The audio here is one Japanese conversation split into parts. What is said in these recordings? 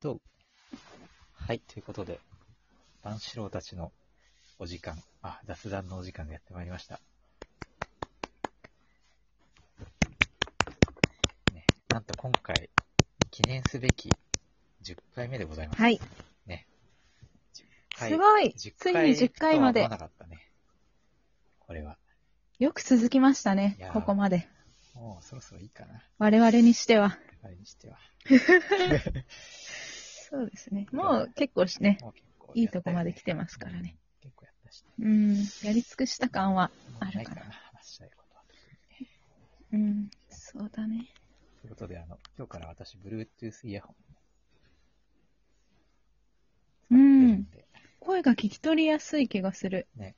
と、はい、ということで、万志郎たちのお時間、雑談のお時間がやってまいりました。ね、なんと今回、記念すべき10回目でございます。 はい。 ね。 すごい、ついに10回まで。 とは思わなかったね。これは。 よく続きましたね、ここまで。 もうそろそろいいかな。 我々にしては。 我々にしては。 そうですね。もう結構ね、いいとこまで来てますからね。 結構やったしね。 やり尽くした感はあるかな。 話したいことは特にね。そうだね。 ということで、今日から私、Bluetooth イヤホン。 声が聞き取りやすい気がする。 ね。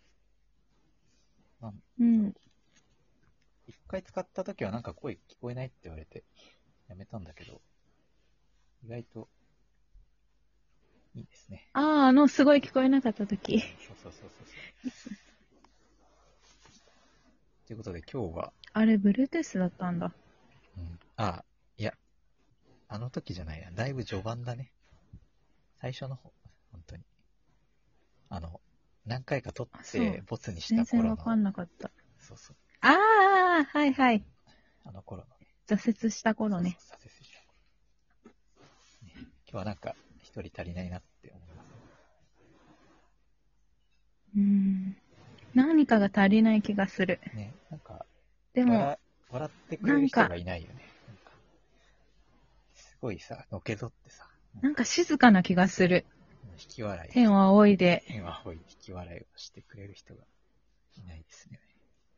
一回使ったときはなんか声聞こえないって言われてやめたんだけど、意外といいですね。 すごい聞こえなかったとき。 そう。ということで今日は。 あれ、Bluetooth だったんだ。 いや、あの時じゃないな。だいぶ序盤だね。最初の方、本当に。何回か撮ってボツにした頃の。 全然わかんなかった。 そう。 はいはい。 あの頃のね。 挫折した頃ね。 挫折した頃。ね、今日はなんか一人足りないなって思います。 何かが足りない気がする。 ね、なんか、 でも、 笑ってくれる人がいないよね。なんかすごいさ、のけぞってさ。 なんか静かな気がする。 引き笑い。 天を仰いで。 天を仰いで引き笑いをしてくれる人がいないですね。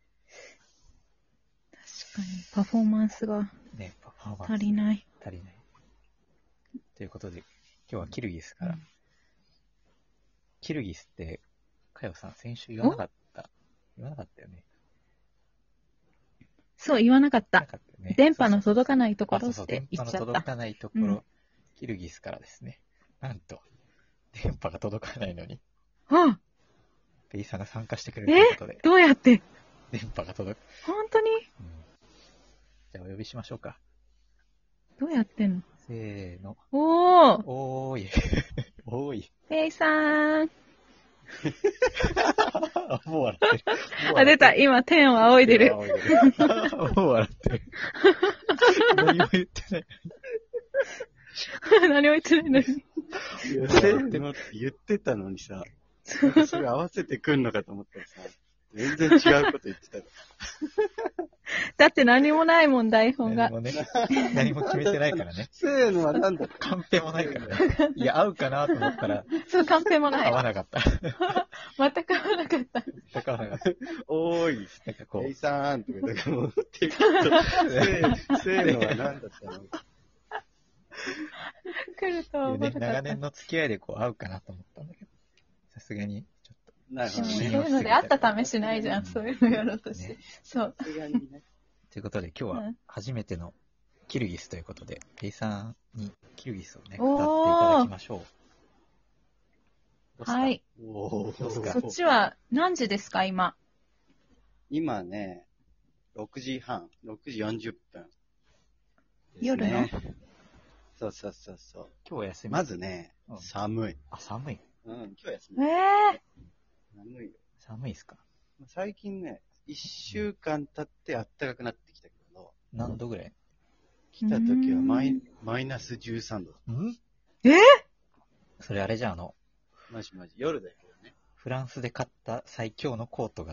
確かに、パフォーマンスが足りない。 ということで、今日はキルギスから。キルギスって、かよさん、先週言わなかったよね。 そう、言わなかった。電波の届かないところって言っちゃった。 電波の届かないところ、キルギスからですね。なんと、電波が届かないのに。ペイさんが参加してくれるということで。 どうやって電波が届く。 本当に、 じゃあお呼びしましょうか。 どうやってんの？ せーの。 おーい。おーい。 ペイさーん。 もう笑ってる。 出た。今、天を仰いでる。もう笑ってる。何も言ってない。 何も言ってないのに。 せーのって言ってたのにさ、それ合わせてくんのかと思ったらさ、全然違うこと言ってた。 だって何もないもん、台本が。 何も決めてないからね。 せーのはなんだカンペもないからね。いや、合うかなと思ったら。 そう、カンペもない。 合わなかった。 全く合わなかった。 全く合わなかった。 おーい。 なんかこう。 ペイさーんとか、だからもう、せーのは何だったの来ると思わなかった。 長年の付き合いでこう合うかなと思ったんだけど、さすがにちょっと。 なるほどね。 そういうので会った試しないじゃん、そういうのやろうとして。そう。 さすがにね。 ということで今日は初めてのキルギスということで、ペイさんにキルギスをね、歌っていただきましょう。 はい。そっちは何時ですか、今。 今ね、6時半、6時40分。 夜のそう。 今日は休み。 まずね、寒い。 寒い。 今日休み。寒いよ。 寒いっすか？ 最近ね、1週間経って暖かくなってきたけど。 何度ぐらい？ 来た時はマイナス13度。 それあれじゃマジ、夜だけどね。 フランスで買った最強のコートが。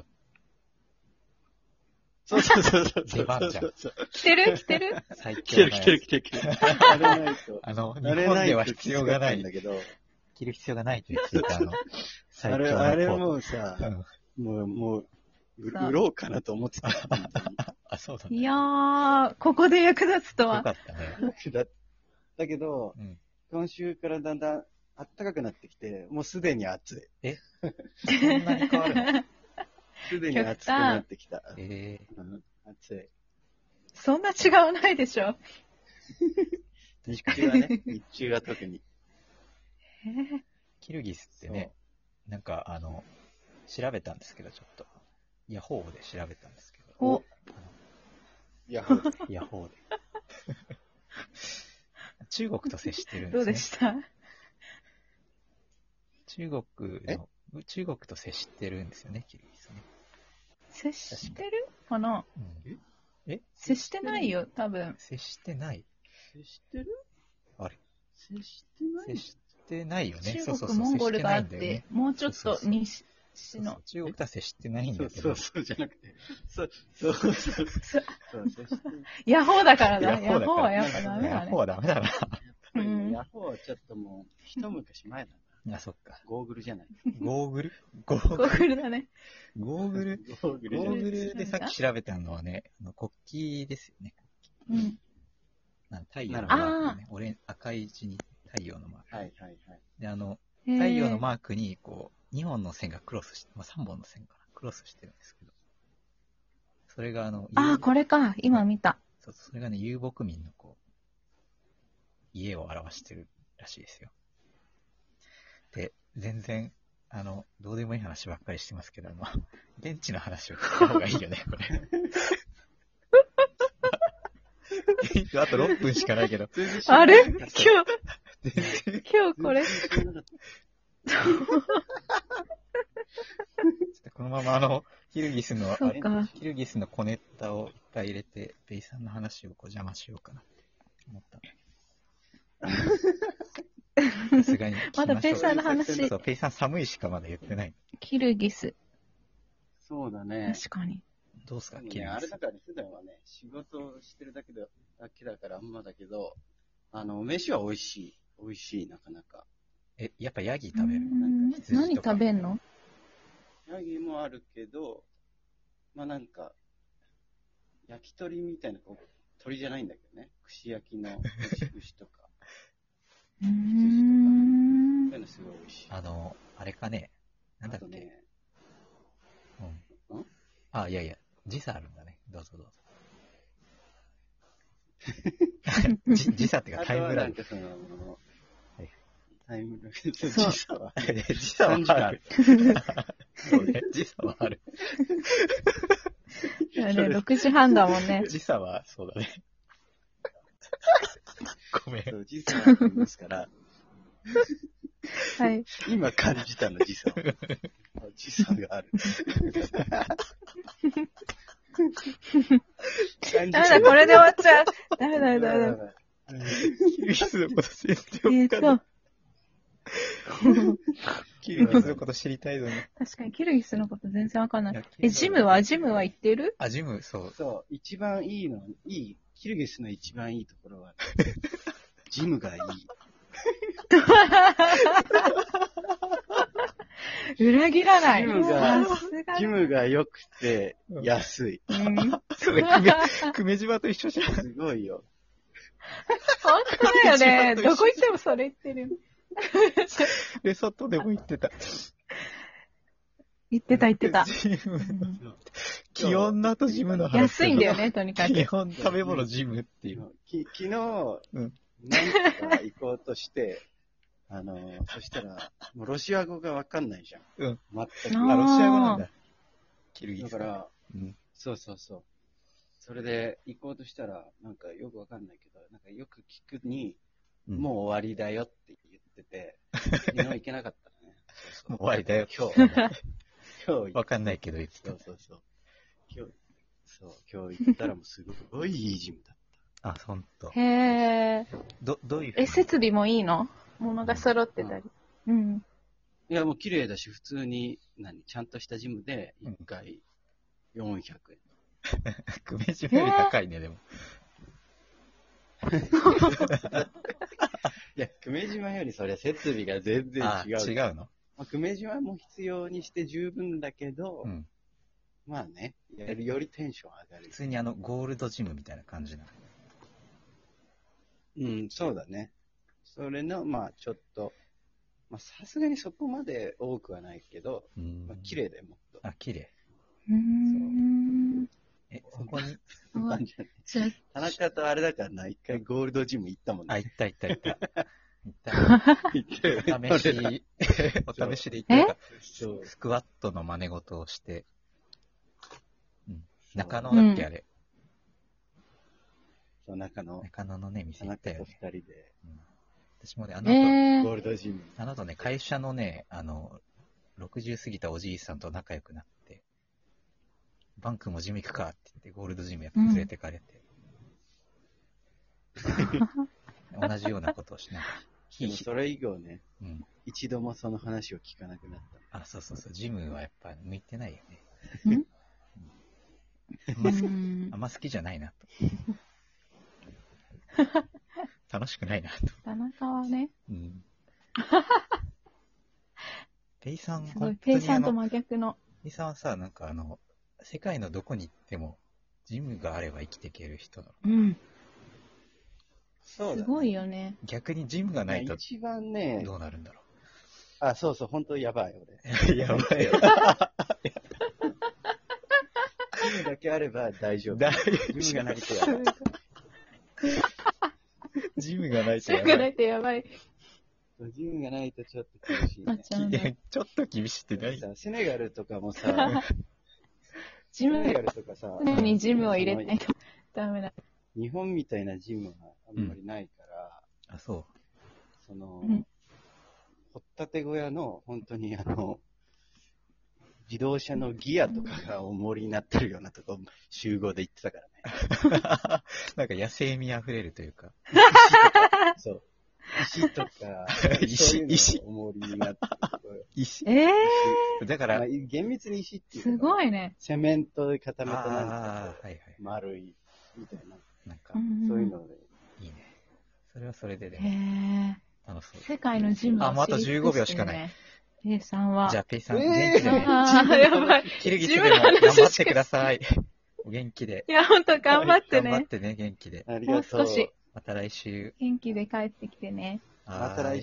そう。 出番じゃん。 着てる最強のやつ。 着てる。あれないと。 日本では必要がないんだけど。 着る必要がないと言っていた最強のコート。 あれもうさ、もう、売ろうかなと思ってた。 そうだね。 いやー、ここで役立つとは。 よかったね。 だけど、今週からだんだん暖かくなってきて、もうすでに暑い。 そんなに変わるの？ すでに暑くなってきた。暑い。 そんな違わないでしょ。 日中はね、日中は特に。 キルギスってね、なんか調べたんですけど、ちょっと。ヤホーで調べたんですけど。 ヤホーで。 ヤホーで。 中国と接してるんどうですね。 でした？ 中国と接してるんですよね、キルギスね。 接してるかな？接してないよ、多分。 接してない。 接してる？ あれ？ 接してない？ 接してないよね。 中国、モンゴルがあって、もうちょっと西の。 中国とは接してないんだけど。 そうじゃなくて。そう、接してヤホーだからだ。ヤホーはやっぱダメだね。 ヤホーはダメだな。 ヤホーはちょっともう、一昔前だな。 あ、そっか。 ゴーグルじゃない。 ゴーグルゴーグルだね。 ゴーグルでさっき調べたのはね、国旗ですよね。 うん。 太陽のマークね。赤い字に太陽のマーク。 はい。 で、太陽のマークに、こう、2本の線がクロスして、3本の線かな。クロスしてるんですけど。それがこれか。今見た。 そう、それがね、遊牧民のこう、家を表してるらしいですよ。で、全然、どうでもいい話ばっかりしてますけど、現地の話を聞いた方がいいよね、これ。あと6分しかないけど。 あれ今日これ。 このままキルギスの小ネタをいっぱい入れて、ペイさんの話をこう邪魔しようかなって思った。さすがに。 まだペイさんの話。 そう、ペイさん寒いしかまだ言ってない。 キルギス。 そうだね。 確かに。 どうすか、キルギス。 あれだから普段はね、仕事をしてるだけだからあんまだけど、飯は美味しい。美味しい、なかなか。 やっぱヤギ食べる？ 何食べんの？ ヤギもあるけど、なんか、焼き鳥みたいな、鳥じゃないんだけどね。串焼きの牛とか。羊とか。そういうのすごい美味しい。 あれかね。なんだっけ。 ね、 いやいや、時差あるんだね。どうぞ。時差っていうかタイムラグ。タイムラグ。時差はある。そうね、時差はある。 6時半だもんね。 時差は、そうだね。ごめん。 そう、時差はありますから。 はい。 今感じたの、時差を。時差がある。 ダメだ、これで終わっちゃう。ダメだ。 キルギスのこと全然わかんない。キルギスのこと知りたいのに。 確かに、キルギスのこと全然わかんない。ジムは行ってる？ ジム、そう。 そう、一番いい、キルギスの一番いいところは、ジムがいい。 裏切らない。 ジムが良くて安い。 そうだ、久米島と一緒じゃん。 すごいよ。 本当だよね。どこ行ってもそれ言ってる。 レソトでも言ってた。 言ってた。 気温の後ジムの話。 安いんだよね、とにかく。 基本食べ物ジムっていう。 昨日、何か行こうとして、そしたら、もうロシア語がわかんないじゃん。 うん。 全く。 ロシア語なんだ。キルギス。 だから、そう。それで行こうとしたら、なんかよくわかんないけど、なんかよく聞くに、もう終わりだよって言ってて、昨日行けなかったね。 もう終わりだよ。 今日わかんないけど言ってた。 そう。今日行ったらもうすごいいいジムだった。 ほんと。 へー。 どういう設備もいいの？物が揃ってたり。 いや、もう綺麗だし、普通に、ちゃんとしたジムで、1回400円。 久米島より高いね、でも。 いや、久米島よりそりゃ設備が全然違う。 違うの？ 久米島も必要にして十分だけど、まあね、よりテンション上がる。 普通にゴールドジムみたいな感じなの？そうだね。それの、ちょっと、さすがにそこまで多くはないけど、綺麗だよ、もっと。 綺麗。 そこに、田中とあれだからな、一回ゴールドジム行ったもんね。 行った。お試しで行った。スクワットの真似事をして、中野だっけ、あれ。 そう、中野のね、店行ったよとね。 二人で、 私もね、 ゴールドジム。 あの後ね、会社のね、60過ぎたおじいさんと仲良くなって、バンクもジム行くかって言って、ゴールドジムやって連れてかれて、同じようなことをしながら。 でもそれ以後ね、 うん。 一度もその話を聞かなくなった。 あ、そうそうそう、ジムはやっぱ向いてないよね。あんま好きじゃないなと。楽しくないなと。 田中はね、 うん。ペイさん、 すごい、ペイさんと真逆の。 ペイさんはさ、なんか世界のどこに行っても、ジムがあれば生きていける人なの。 うん。 そうだね。 すごいよね。 逆にジムがないと一番ね、 どうなるんだろあ、そうそう、本当やばい、 う。やばいよ。 ジムだけあれば大丈夫。ジムがないとやばい。 ジムがないとジムがないとやばい。 ジムがないとちょっと厳しい、ね。 ちょっと厳しいって何？ セネガルとかもさ、 ジムセネガルとかさ、 にジムを入れないとダメだ。 日本みたいなジムはあんまりないから、 あ、そう。 掘ったて小屋の、本当に自動車のギアとかがおもりになってるようなとこ、集合で行ってたからね。 なんか野生味あふれるというか。 そう。石とか、石おもりになってる。 石だから、 厳密に石っていうすごいね。 セメントで固めたなんか、丸い、みたいな。 なんか、 そういうので。 いいね。それはそれででも。 楽しそう。 世界のジムをあ、また15秒しかない。 ペイさんは。 じゃあ、ペイさん、元気でね。 やばい。 キルギスでも頑張ってください。お元気で。 いや、ほんと頑張ってね。 頑張ってね、元気で。 ありがとう。 もう少し。 また来週。 元気で帰ってきてね。 また来週。